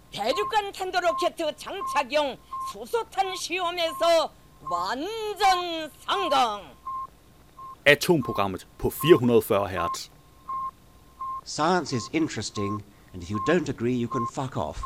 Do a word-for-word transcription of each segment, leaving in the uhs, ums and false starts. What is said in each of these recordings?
대륙간 탄도로켓 장착용 수소탄 시험에서 완전 성공. Atomprogrammet på fire hundrede og fyrre hertz. Science is interesting, and if you don't agree, you can fuck off.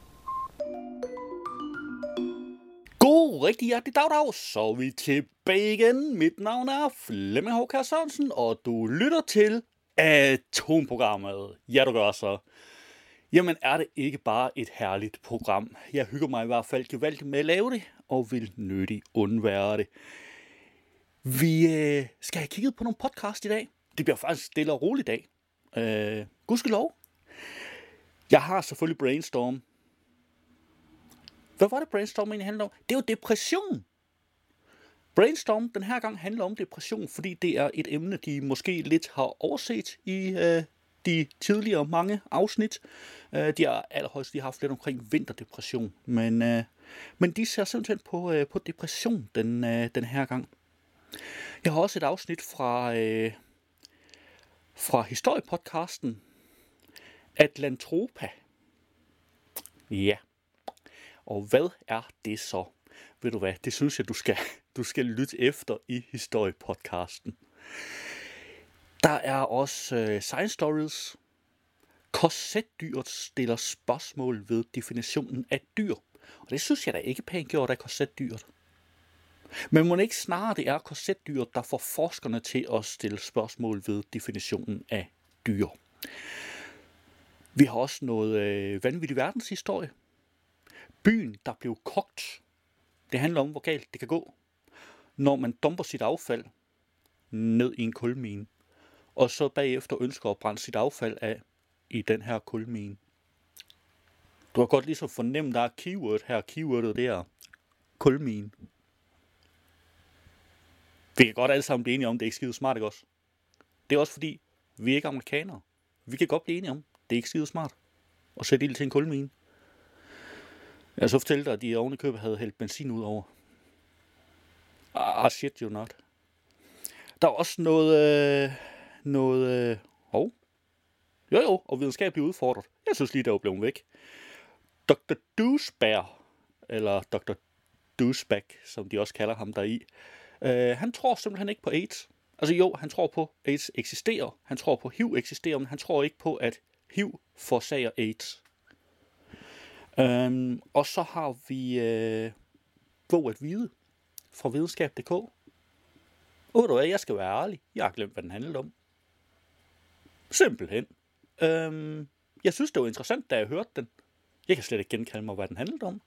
God, rigtig hjertelig dag, dag. Så er vi tilbage igen. Mit navn er Flemming Håkær Sørensen, og du lytter til Atomprogrammet. Ja, du gør så. Jamen, er det ikke bare et herligt program? Jeg hygger mig i hvert fald gevaldigt med at lave det, og vil nødig undvære det. Vi øh, skal have kigget på nogle podcast i dag. Det bliver faktisk stille og roligt i dag. Øh, gudskelov. Jeg har selvfølgelig Brainstorm. Hvad var det Brainstorm egentlig handler om? Det er jo depression. Brainstorm den her gang handler om depression, fordi det er et emne, de måske lidt har overset i øh, de tidligere mange afsnit. Øh, de har allerhøjst lige haft lidt omkring vinterdepression, men, øh, men de ser simpelthen på, øh, på depression den, øh, den her gang. Jeg har også et afsnit fra, øh, fra historiepodcasten Atlantropa. Ja. Og hvad er det så? Ved du hvad, det synes jeg, du skal, du skal lytte efter i historiepodcasten. Der er også øh, Science Stories. Korsetdyret stiller spørgsmål ved definitionen af dyr. Og det synes jeg da ikke pænt gjort af korsetdyret. Men må ikke snarere det er korsetdyret, der får forskerne til at stille spørgsmål ved definitionen af dyr. Vi har også noget øh, vanvittig verdenshistorie. Byen, der blev kogt. Det handler om, hvor galt det kan gå, når man dumper sit affald ned i en kulmine, og så bagefter ønsker at brænde sit affald af i den her kulmine. Du har godt ligesom fornemt, der er keyword her. Keywordet, det er kulmine. Vi kan godt alle sammen blive enige om, det er ikke skide smart, ikke også? Det er også fordi, vi er ikke amerikanere. Vi kan godt blive enige om, det er ikke skide smart at sætte ild til en kulmine. Jeg så fortælle dig, at de oven i købet havde hældt benzin ud over. Ah, shit you not. Der er også noget... Øh, noget... Øh, oh. Jo jo, og videnskabeligt udfordret. Jeg synes lige, det var blevet væk. doktor Douchebag, eller doktor Douchebag, som de også kalder ham deri. Øh, han tror simpelthen ikke på AIDS. Altså jo, han tror på, at AIDS eksisterer. Han tror på, at H I V eksisterer, men han tror ikke på, at H I V forårsager AIDS. Øhm, og så har vi øh, Våg at vide fra videnskab punktum d k. Ved du hvad, jeg skal være ærlig. Jeg har glemt, hvad den handlede om. Simpelthen. Øhm, jeg synes, det var interessant, da jeg hørte den. Jeg kan slet ikke genkalde mig, hvad den handlede om.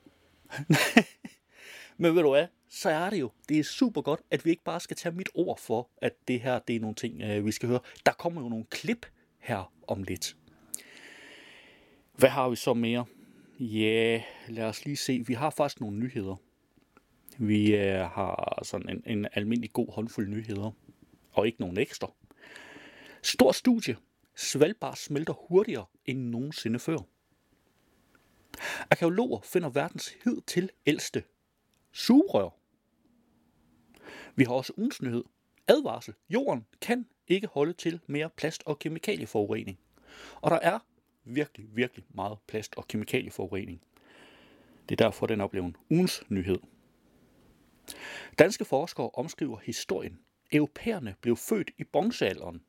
Men ved du hvad, så er det jo. Det er super godt, at vi ikke bare skal tage mit ord for, at det her, det er nogle ting, øh, vi skal høre. Der kommer jo nogle klip her om lidt. Hvad har vi så mere? Ja, yeah, lad os lige se. Vi har faktisk nogle nyheder. Vi øh, har sådan en, en almindelig god håndfuld nyheder. Og ikke nogen ekstra. Stor studie. Svalbard smelter hurtigere end nogensinde før. Arkæologer finder verdens hidtil ældste sugerør. Vi har også ugens nyhed. Advarsel. Jorden kan ikke holde til mere plast- og kemikalieforurening. Og der er virkelig, virkelig meget plast- og kemikalieforurening. Det er derfor, den er blevet ugens nyhed. Danske forskere omskriver historien. Europæerne blev født i bronzealderen.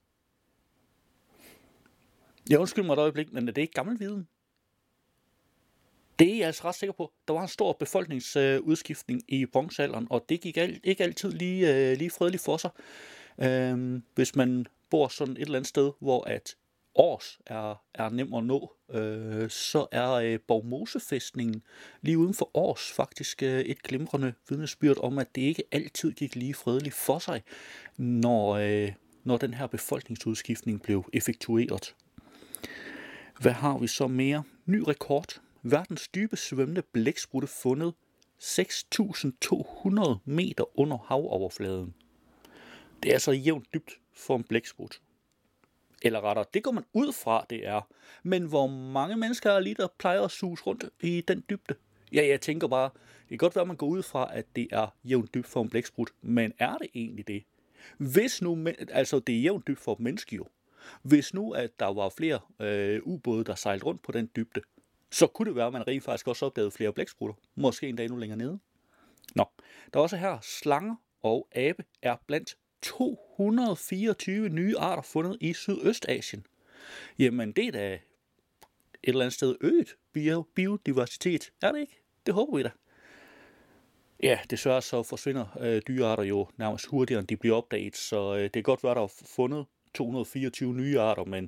Jeg undskylder mig et øjeblik, men det er ikke gammel viden. Det er jeg altså ret sikker på. Der var en stor befolkningsudskiftning i bronzealderen, og det gik ikke altid lige, lige fredeligt for sig. Hvis man bor sådan et eller andet sted, hvor at Års er, er nem at nå, øh, så er øh, Borgmosefæstningen lige uden for Års faktisk øh, et glimrende vidnesbyrd om, at det ikke altid gik lige fredeligt for sig, når, øh, når den her befolkningsudskiftning blev effektueret. Hvad har vi så mere? Ny rekord. Verdens dybest svømmende blæksprutte fundet seks tusind to hundrede meter under havoverfladen. Det er altså jævnt dybt for en blæksprut. Eller rettere, det går man ud fra, det er. Men hvor mange mennesker er lige, der plejer at suge rundt i den dybde? Ja, jeg tænker bare, det kan godt være, at man går ud fra, at det er jævnt dybt for en blæksprut. Men er det egentlig det? Hvis nu, altså det er jævnt dybt for et menneske jo. Hvis nu, at der var flere øh, ubåde, der sejlede rundt på den dybde, så kunne det være, at man rent faktisk også opdagede flere blæksprutter. Måske endda endnu længere nede. Nå, der er også her, slanger og abe er blandt to hundrede og fireogtyve nye arter fundet i Sydøstasien. Jamen, det er da et eller andet sted øget bio- biodiversitet. Er det ikke? Det håber vi da. Ja, desværre så forsvinder øh, dyrearter jo nærmest hurtigere, end de bliver opdaget. Så øh, det kan godt være, der er fundet to hundrede og fireogtyve nye arter, men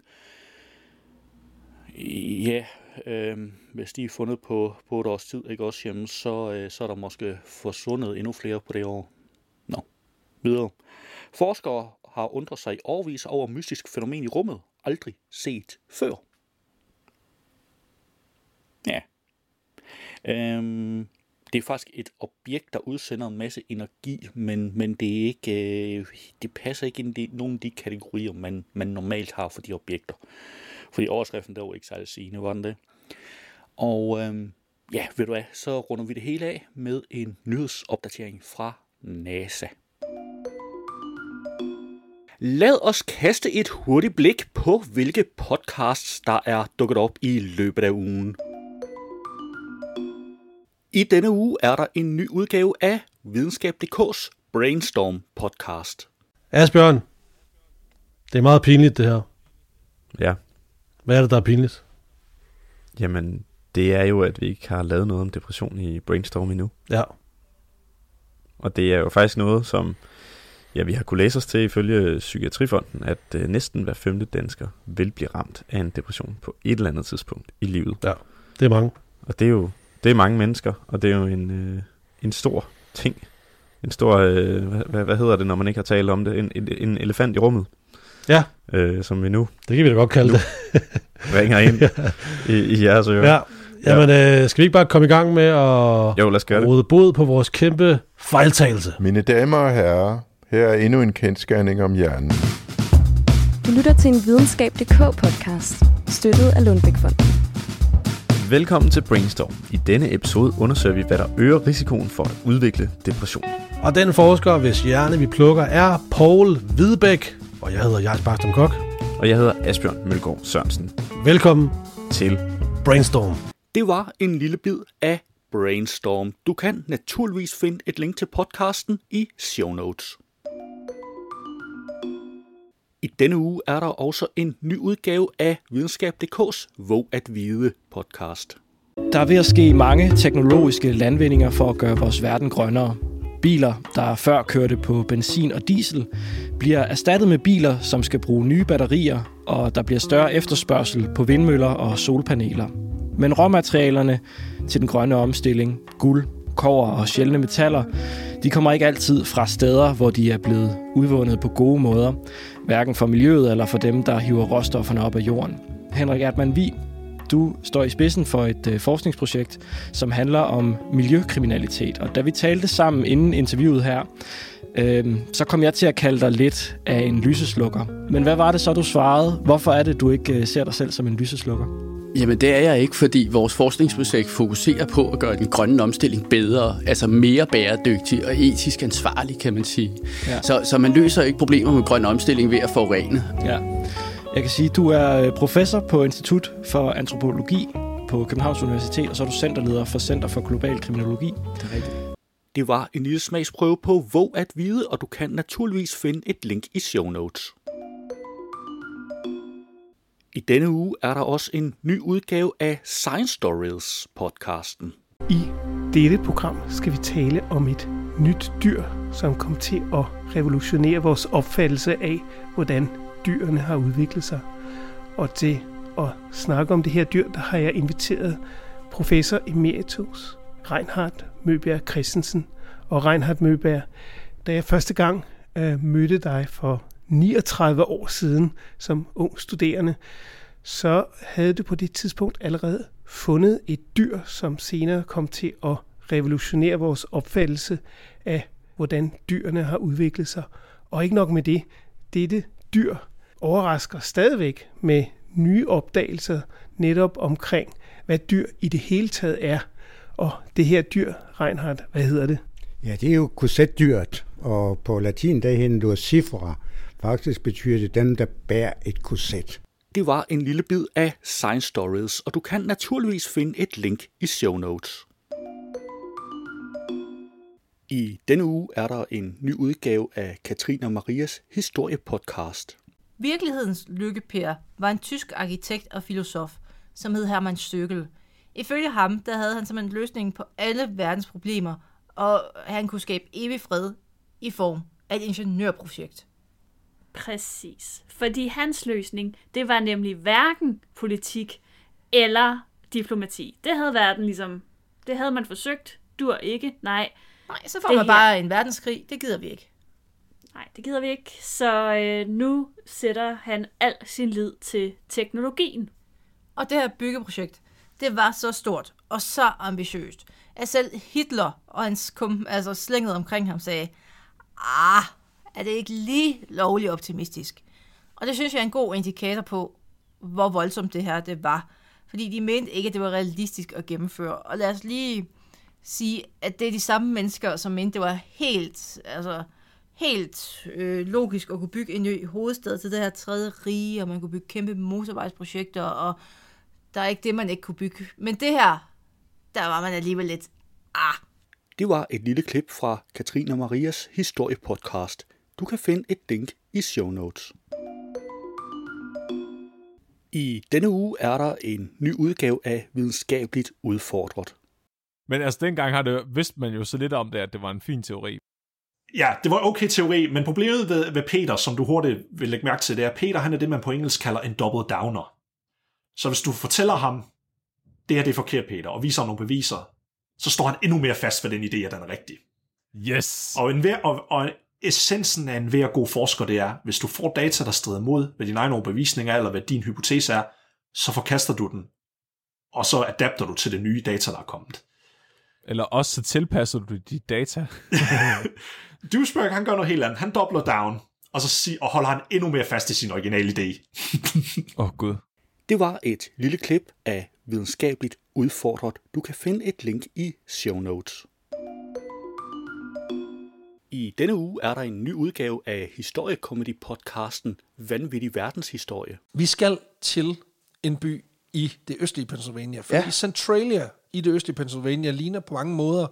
ja, øh, hvis de er fundet på, på et års tid, ikke også hjemme, så, øh, så er der måske forsvundet endnu flere på det år. Nå, videre. Forskere har undret sig i årevis over mystisk fænomen i rummet, aldrig set før. Ja. Øhm, det er faktisk et objekt, der udsender en masse energi, men, men det, er ikke, øh, det passer ikke ind i nogle af de kategorier, man, man normalt har for de objekter. Fordi overskriften, der var ikke særlig sigende, var den det. Og øhm, ja, ved du hvad, så runder vi det hele af med en nyhedsopdatering fra NASA. Lad os kaste et hurtigt blik på, hvilke podcasts, der er dukket op i løbet af ugen. I denne uge er der en ny udgave af Videnskab punktum d k's Brainstorm podcast. Asbjørn, det er meget pinligt det her. Ja. Hvad er det, der er pinligt? Jamen, det er jo, at vi ikke har lavet noget om depression i Brainstorm endnu. Ja. Og det er jo faktisk noget, som ja, vi har kunne læse os til ifølge Psykiatrifonden, at øh, næsten hver femte dansker vil blive ramt af en depression på et eller andet tidspunkt i livet. Ja, det er mange. Og det er jo det er mange mennesker, og det er jo en, øh, en stor ting. En stor, øh, hvad, hvad hedder det, når man ikke har talt om det? En, en, en elefant i rummet. Ja. Øh, som vi nu... Det kan vi da godt kalde det. ringer ind i, i jeres ører. Ja. Jamen, øh, skal vi ikke bare komme i gang med at jo, lad os gøre det. råde bod på vores kæmpe fejltagelse? Mine damer og herrer, her er endnu en kendsgerning om hjernen. Du lytter til en Videnskab punktum d k podcast, støttet af Lundbeck-fonden. Velkommen til Brainstorm. I denne episode undersøger vi, hvad der øger risikoen for at udvikle depression. Og den forsker, hvis hjerne vi plukker, er Poul Hvidebæk. Og jeg hedder Jais Barstam Kok. Og jeg hedder Asbjørn Mølgaard Sørensen. Velkommen til Brainstorm. Det var en lille bid af Brainstorm. Du kan naturligvis finde et link til podcasten i show notes. I denne uge er der også en ny udgave af Videnskab punktum d k's Våg at Vide podcast. Der er ved at ske mange teknologiske landvindinger for at gøre vores verden grønnere. Biler, der før kørte på benzin og diesel, bliver erstattet med biler, som skal bruge nye batterier, og der bliver større efterspørgsel på vindmøller og solpaneler. Men råmaterialerne til den grønne omstilling, guld, kobber og sjældne metaller, de kommer ikke altid fra steder, hvor de er blevet udvundet på gode måder, hverken for miljøet eller for dem, der hiver råstofferne op af jorden. Henrik Erdmann-Vig, du står i spidsen for et øh, forskningsprojekt, som handler om miljøkriminalitet. Og da vi talte sammen inden interviewet her, øh, så kom jeg til at kalde dig lidt af en lyseslukker. Men hvad var det så, du svarede? Hvorfor er det, du ikke øh, ser dig selv som en lyseslukker? Jamen det er jeg ikke, fordi vores forskningsprojekt fokuserer på at gøre den grønne omstilling bedre, altså mere bæredygtig og etisk ansvarlig, kan man sige. Ja. Så, så man løser ikke problemer med grøn omstilling ved at forurene. Ja. Jeg kan sige, at du er professor på Institut for Antropologi på Københavns Universitet, og så er du centerleder for Center for Global Kriminologi. Det er rigtigt. Det var en lille smagsprøve på Våg at Vide, og du kan naturligvis finde et link i show notes. I denne uge er der også en ny udgave af Science Stories podcasten. I dette program skal vi tale om et nyt dyr, som kommer til at revolutionere vores opfattelse af, hvordan dyrene har udviklet sig. Og til at snakke om det her dyr, der har jeg inviteret professor emeritus Reinhard Møberg Christensen. Og Reinhard Møberg, da jeg første gang øh, mødte dig for niogtredive år siden som ung studerende, så havde du på det tidspunkt allerede fundet et dyr, som senere kom til at revolutionere vores opfattelse af, hvordan dyrene har udviklet sig. Og ikke nok med det, dette dyr overrasker stadigvæk med nye opdagelser netop omkring, hvad dyr i det hele taget er. Og det her dyr, Reinhard, hvad hedder det? Ja, det er jo korsetdyret, og på latin der hedder det cifra. Faktisk betyder det dem, der bærer et korset. Det var en lille bid af Science Stories, og du kan naturligvis finde et link i show notes. I denne uge er der en ny udgave af Katrine og Marias historiepodcast. Virkelighedens Lykke-Per var en tysk arkitekt og filosof, som hed Hermann Stöckel. Ifølge ham, der havde han simpelthen løsningen på alle verdens problemer, og han kunne skabe evig fred i form af et ingeniørprojekt. Præcis. Fordi hans løsning, det var nemlig hverken politik eller diplomati. Det havde verden ligesom, det havde man forsøgt, dur ikke, nej. Nej, så får man bare en verdenskrig, det gider vi ikke. Nej, det gider vi ikke. Så øh, nu sætter han al sin lid til teknologien. Og det her byggeprojekt, det var så stort og så ambitiøst, at selv Hitler og hans kum, altså slænget omkring ham, sagde, ah, er det ikke lige lovligt optimistisk? Og det synes jeg er en god indikator på, hvor voldsomt det her det var. Fordi de mente ikke, at det var realistisk at gennemføre. Og lad os lige sige, at det er de samme mennesker, som mente, det var helt, altså, helt øh, logisk at kunne bygge en ny hovedstad til det her tredje rige, og man kunne bygge kæmpe motorvejsprojekter, og der er ikke det, man ikke kunne bygge. Men det her, der var man alligevel lidt, ah. Det var et lille klip fra Katrine og Marias historiepodcast. Du kan finde et link i show notes. I denne uge er der en ny udgave af Videnskabeligt Udfordret. Men altså dengang har det, vidste man jo så lidt om det, at det var en fin teori. Ja, det var okay teori, men problemet ved, ved Peter, som du hurtigt vil lægge mærke til, det er, at Peter han er det, man på engelsk kalder en double downer. Så hvis du fortæller ham, det her det er forkert, Peter, og viser ham nogle beviser, så står han endnu mere fast ved den idé, at den er rigtig. Yes! Og, en vær, og, og essensen af en hver god forsker, det er, hvis du får data, der strider mod, hvad dine egne overbevisninger eller hvad din hypotese er, så forkaster du den, og så adapter du til det nye data, der er kommet. Eller også så tilpasser du de data. Duisberg, han gør noget helt andet. Han doubler down, og så sig, og holder han endnu mere fast i sin originale idé. Åh, oh, Gud. Det var et lille klip af Videnskabeligt Udfordret. Du kan finde et link i show notes. I denne uge er der en ny udgave af historiekomedy-podcasten Vanvittig Verdenshistorie. Vi skal til en by i det østlige Pennsylvania, fordi ja. Centralia i det østlige Pennsylvania ligner på mange måder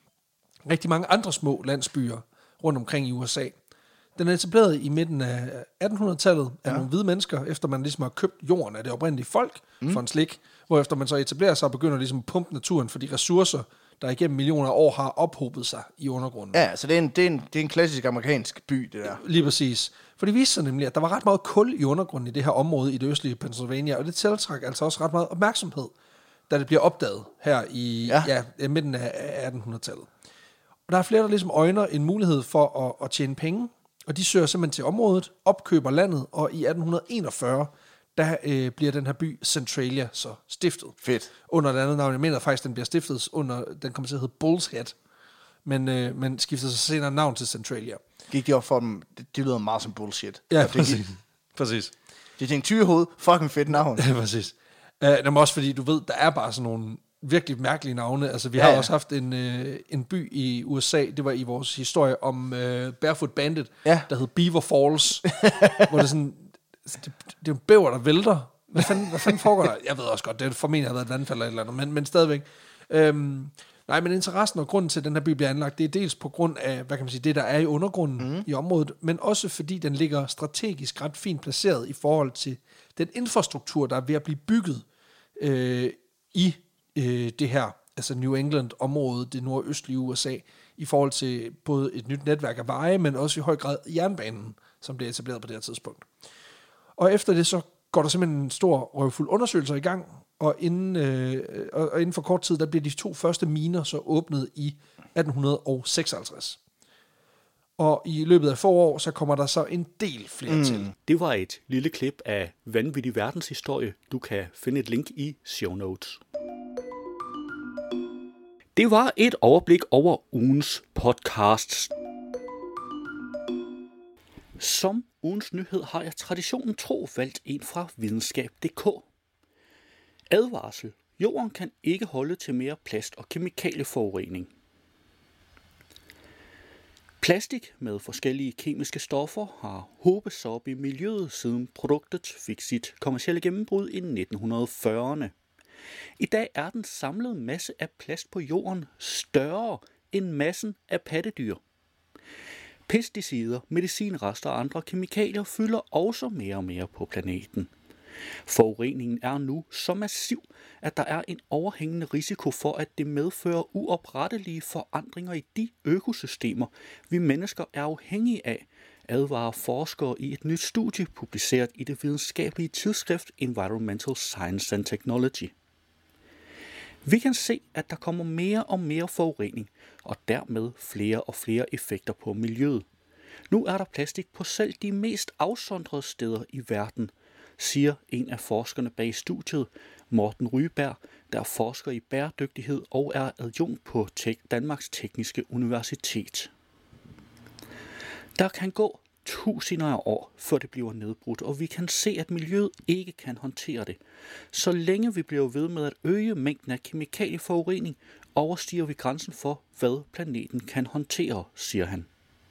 rigtig mange andre små landsbyer rundt omkring i U S A. Den er etableret i midten af attenhundredetallet af ja. nogle hvide mennesker, efter man ligesom har købt jorden af det oprindelige folk mm. for en slik, hvorefter man så etablerer sig og begynder ligesom at pumpe naturen for de ressourcer, der igennem millioner af år har ophobet sig i undergrunden. Ja, så det er en, det er en, det er en klassisk amerikansk by, det der. Lige præcis. For det viste sig nemlig, at der var ret meget kul i undergrunden i det her område i det østlige Pennsylvania, og det tiltræk altså også ret meget opmærksomhed, da det bliver opdaget her i ja. Ja, midten af attenhundredetallet. Og der er flere, der ligesom øjner en mulighed for at, at tjene penge, og de søger simpelthen til området, opkøber landet, og i atten enogfyrre, der øh, bliver den her by Centralia så stiftet. Fedt. Under et andet navn. Jeg mener faktisk, den bliver stiftet under, den kommer til at hedde Bull's Head, men, øh, men skifter sig senere navn til Centralia. Gik de op for dem, det, det lyder meget som bullshit. Ja, ja præcis. Det præcis. Det er en tyrehoved, fucking fedt navn. Ja, præcis. Uh, det er også fordi, du ved, der er bare sådan nogle virkelig mærkelige navne. Altså, vi ja, har ja. også haft en, øh, en by i U S A, det var i vores historie om øh, Barefoot Bandit, ja. der hed Beaver Falls, hvor det sådan, det, det er jo en bæver, der vælter. Hvad fanden, hvad fanden foregår der? Jeg ved også godt, det formentlig har været et vandfald eller et eller andet, men, men stadigvæk. Øhm, nej, men interessen og grunden til, at den her by bliver anlagt, det er dels på grund af, hvad kan man sige, det der er i undergrunden mm. i området, men også fordi den ligger strategisk ret fint placeret i forhold til den infrastruktur, der er ved at blive bygget øh, i øh, det her, altså New England-område, det nordøstlige U S A, i forhold til både et nyt netværk af veje, men også i høj grad jernbanen, som blev etableret på det her tidspunkt. Og efter det så går der simpelthen en stor røvfuld undersøgelser i gang, og inden, øh, og inden for kort tid, der bliver de to første miner så åbnet i atten seksoghalvtreds. Og i løbet af få år, så kommer der så en del flere mm. til. Det var et lille klip af Vanvittig Verdenshistorie. Du kan finde et link i show notes. Det var et overblik over ugens podcasts. Som ugens nyhed har jeg traditionen tro valgt en fra videnskab punktum d k. Advarsel. Jorden kan ikke holde til mere plast- og kemikalieforurening. Plastik med forskellige kemiske stoffer har hobet sig op i miljøet, siden produktet fik sit kommercielle gennembrud i nitten fyrrerne. I dag er den samlede masse af plast på jorden større end massen af pattedyr. Pesticider, medicinrester og andre kemikalier fylder også mere og mere på planeten. Forureningen er nu så massiv, at der er en overhængende risiko for, at det medfører uoprettelige forandringer i de økosystemer, vi mennesker er afhængige af, advarer forskere i et nyt studie publiceret i det videnskabelige tidsskrift Environmental Science and Technology. Vi kan se, at der kommer mere og mere forurening, og dermed flere og flere effekter på miljøet. Nu er der plastik på selv de mest afsondrede steder i verden, siger en af forskerne bag studiet, Morten Ryberg, der er forsker i bæredygtighed og er adjunkt på Danmarks Tekniske Universitet. Der kan gå tusinder af år, før det bliver nedbrudt, og vi kan se, at miljøet ikke kan håndtere det. Så længe vi bliver ved med at øge mængden af kemikalieforurening, overstiger vi grænsen for, hvad planeten kan håndtere, siger han.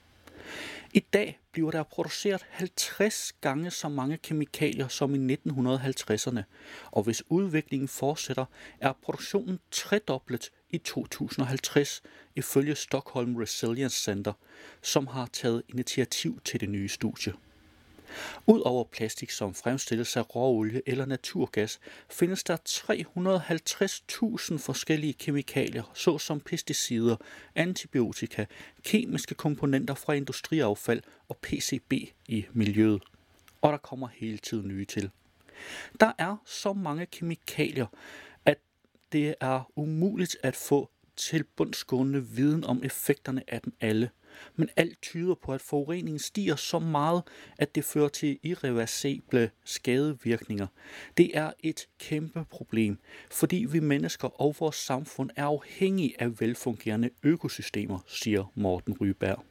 I dag bliver der produceret halvtreds gange så mange kemikalier som i nitten halvtredserne, og hvis udviklingen fortsætter, er produktionen tredoblet i to tusind og halvtreds, ifølge Stockholm Resilience Center, som har taget initiativ til det nye studie. Udover plastik, som fremstilles af råolie eller naturgas, findes der tre hundrede og halvtreds tusind forskellige kemikalier, såsom pesticider, antibiotika, kemiske komponenter fra industriaffald og P C B i miljøet. Og der kommer hele tiden nye til. Der er så mange kemikalier, at det er umuligt at få tilbundsgående viden om effekterne af dem alle. Men alt tyder på, at forureningen stiger så meget, at det fører til irreversible skadevirkninger. Det er et kæmpe problem, fordi vi mennesker og vores samfund er afhængige af velfungerende økosystemer, siger Morten Ryberg.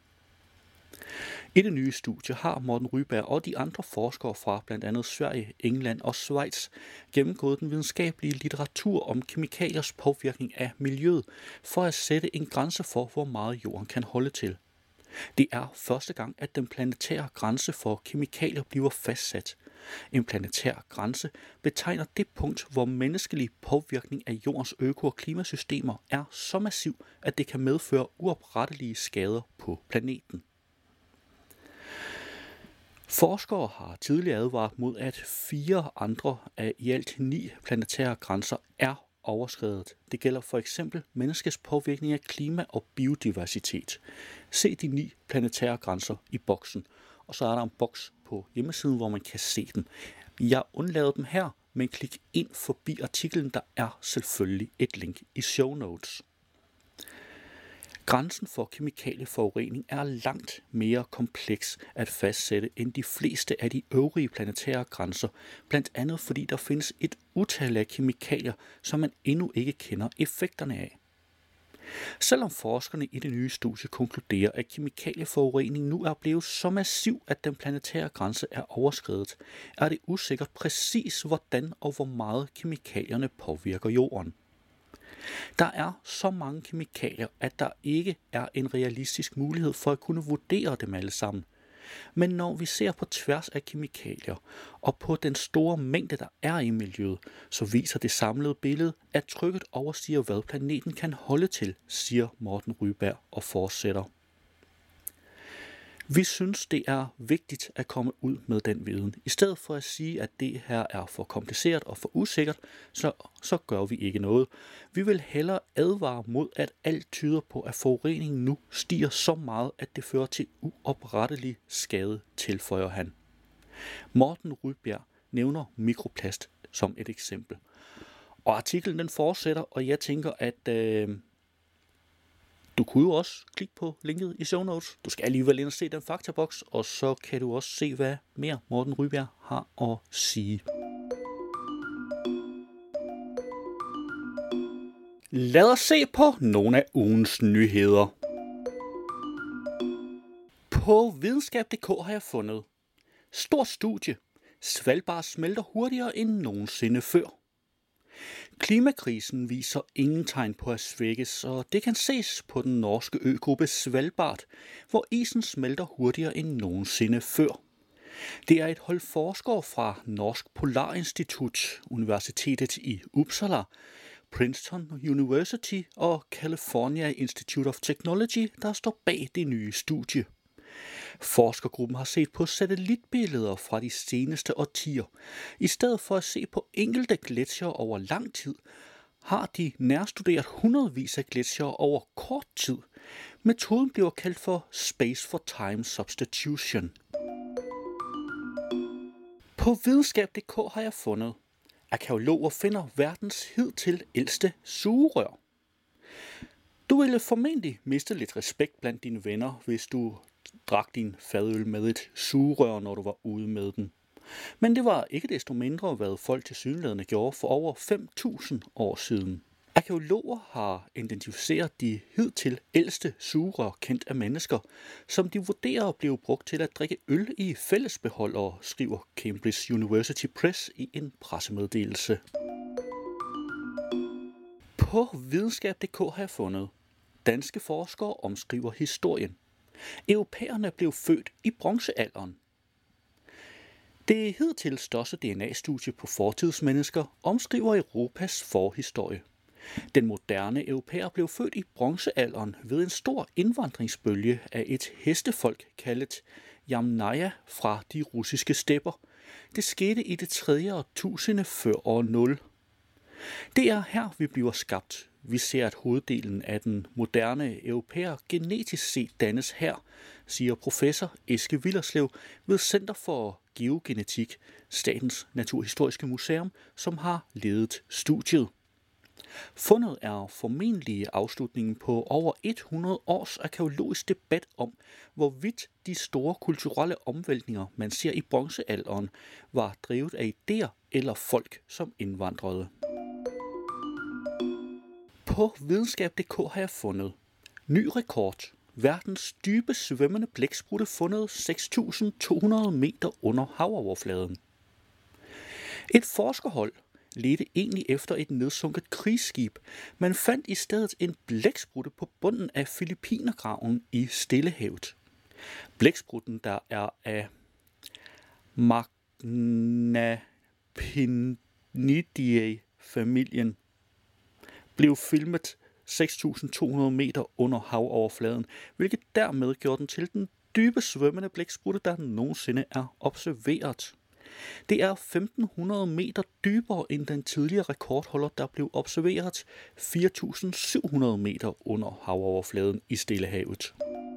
I det nye studie har Morten Ryberg og de andre forskere fra blandt andet Sverige, England og Schweiz gennemgået den videnskabelige litteratur om kemikaliers påvirkning af miljøet for at sætte en grænse for, hvor meget jorden kan holde til. Det er første gang, at den planetære grænse for kemikalier bliver fastsat. En planetær grænse betegner det punkt, hvor menneskelig påvirkning af jordens øko- og klimasystemer er så massiv, at det kan medføre uoprettelige skader på planeten. Forskere har tidligere advaret mod, at fire andre af i alt ni planetære grænser er overskredet. Det gælder for eksempel menneskets påvirkning af klima og biodiversitet. Se de ni planetære grænser i boksen, og så er der en boks på hjemmesiden, hvor man kan se dem. Jeg undlader dem her, men klik ind forbi artiklen, der er selvfølgelig et link i show notes. Grænsen for kemikalieforurening er langt mere kompleks at fastsætte end de fleste af de øvrige planetære grænser, blandt andet fordi der findes et utal af kemikalier, som man endnu ikke kender effekterne af. Selvom forskerne i det nye studie konkluderer, at kemikalieforurening nu er blevet så massiv, at den planetære grænse er overskredet, er det usikkert præcis, hvordan og hvor meget kemikalierne påvirker jorden. Der er så mange kemikalier, at der ikke er en realistisk mulighed for at kunne vurdere dem alle sammen. Men når vi ser på tværs af kemikalier og på den store mængde, der er i miljøet, så viser det samlede billede, at trykket overstiger, hvad planeten kan holde til, siger Morten Ryberg og fortsætter. Vi synes, det er vigtigt at komme ud med den viden. I stedet for at sige, at det her er for kompliceret og for usikkert, så, så gør vi ikke noget. Vi vil hellere advare mod, at alt tyder på, at forureningen nu stiger så meget, at det fører til uoprettelig skade, tilføjer han. Morten Ryberg nævner mikroplast som et eksempel. Og artiklen den fortsætter, og jeg tænker, at øh, du kunne jo også klikke på linket i show notes. Du skal alligevel ind og se den faktaboks, og så kan du også se, hvad mere Morten Ryberg har at sige. Lad os se på nogle af ugens nyheder. På videnskab punktum d k har jeg fundet stort studie. Svalbard smelter hurtigere end nogensinde før. Klimakrisen viser ingen tegn på at svækkes, og det kan ses på den norske øgruppe Svalbard, hvor isen smelter hurtigere end nogensinde før. Det er et hold forskere fra Norsk Polarinstitut, Universitetet i Uppsala, Princeton University og California Institute of Technology, der står bag det nye studie. Forskergruppen har set på satellitbilleder fra de seneste årtier. I stedet for at se på enkelte gletsjere over lang tid, har de nærstuderet hundredvis af gletsjere over kort tid. Metoden bliver kaldt for Space for Time Substitution. På videnskab punktum d k har jeg fundet, at arkæologer finder verdens hidtil ældste sugerør. Du ville formentlig miste lidt respekt blandt dine venner, hvis du drak din fadøl med et sugerør, når du var ude med den. Men det var ikke desto mindre, hvad folk tilsyneladende gjorde for over fem tusind år siden. Arkæologer har identificeret de hidtil ældste sugerør kendt af mennesker, som de vurderer at blive brugt til at drikke øl i fællesbeholdere, skriver Cambridge University Press i en pressemeddelelse. På videnskab punktum d k har jeg fundet, danske forskere omskriver historien. Europæerne blev født i bronzealderen. Det hidtil største D N A-studie på fortidsmennesker omskriver Europas forhistorie. Den moderne europæer blev født i bronzealderen ved en stor indvandringsbølge af et hestefolk kaldet Yamnaya fra de russiske stepper. Det skete i det tredje årtusinde før år nul. Det er her, vi bliver skabt. Vi ser, at hoveddelen af den moderne europæer genetisk set dannes her, siger professor Eske Willerslev ved Center for Geogenetik, Statens Naturhistoriske Museum, som har ledet studiet. Fundet er formentlig afslutningen på over hundrede års arkæologisk debat om, hvorvidt de store kulturelle omvæltninger, man ser i bronzealderen, var drevet af idéer eller folk, som indvandrede. På videnskab punktum d k har jeg fundet ny rekord. Verdens dybe svømmende blæksprutte fundet seks tusind to hundrede meter under havoverfladen. Et forskerhold ledte egentlig efter et nedsunket krigsskib, men fandt i stedet en blæksprutte på bunden af Filippinergraven i Stillehavet. Blæksprutten, der er af Magnapinidae-familien, blev filmet seks tusind to hundrede meter under havoverfladen, hvilket dermed gjorde den til den dybe svømmende blæksprutte, der nogensinde er observeret. Det er femten hundrede meter dybere end den tidligere rekordholder, der blev observeret fire tusind syv hundrede meter under havoverfladen i Stillehavet.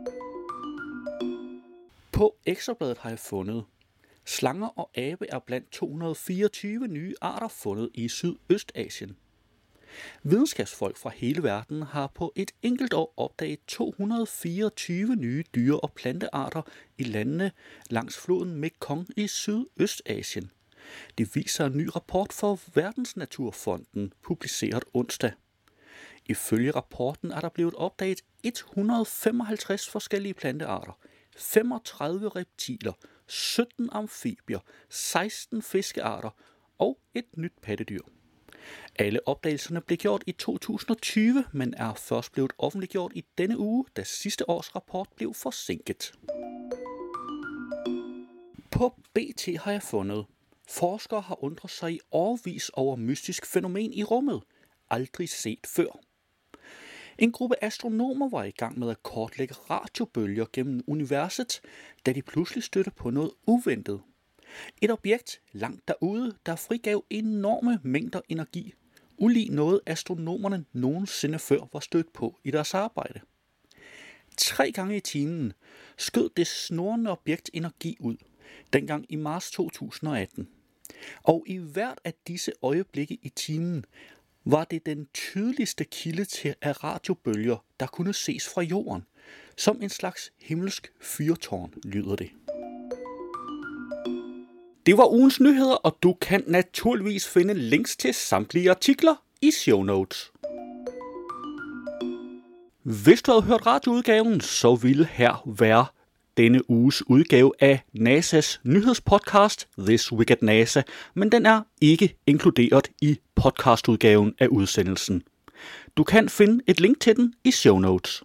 På Ekstrabladet har jeg fundet, slanger og abe er blandt to hundrede fireogtyve nye arter fundet i Sydøstasien. Videnskabsfolk fra hele verden har på et enkelt år opdaget to hundrede fireogtyve nye dyre- og plantearter i landene langs floden Mekong i Sydøstasien. Det viser en ny rapport for Verdensnaturfonden, publiceret onsdag. Ifølge rapporten er der blevet opdaget et hundrede femoghalvtreds forskellige plantearter, femogtredive reptiler, sytten amfibier, seksten fiskearter og et nyt pattedyr. Alle opdagelserne blev gjort i to tusind og tyve, men er først blevet offentliggjort i denne uge, da sidste års rapport blev forsinket. På B T har jeg fundet, forskere har undret sig i årevis over mystisk fænomen i rummet, aldrig set før. En gruppe astronomer var i gang med at kortlægge radiobølger gennem universet, da de pludselig stødte på noget uventet. Et objekt langt derude, der frigav enorme mængder energi, ulig noget astronomerne nogensinde før var stødt på i deres arbejde. Tre gange i timen skød det snurrende objekt energi ud, dengang i marts to tusind og atten. Og i hvert af disse øjeblikke i timen var det den tydeligste kilde til af radiobølger, der kunne ses fra jorden. Som en slags himmelsk fyrtårn lyder det. Det var ugens nyheder, og du kan naturligvis finde links til samtlige artikler i show notes. Hvis du havde hørt radioudgaven, så ville her være denne uges udgave af NASA's nyhedspodcast This Week at NASA, men den er ikke inkluderet i podcastudgaven af udsendelsen. Du kan finde et link til den i show notes.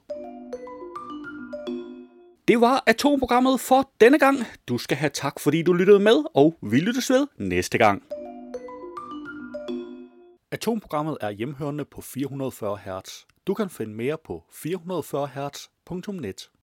Det var Atomprogrammet for denne gang. Du skal have tak, fordi du lyttede med, og vi lyttes ved næste gang. Atomprogrammet er hjemhørende på fire hundrede og fyrre hertz. Du kan finde mere på fire hundrede og fyrre hertz punktum net.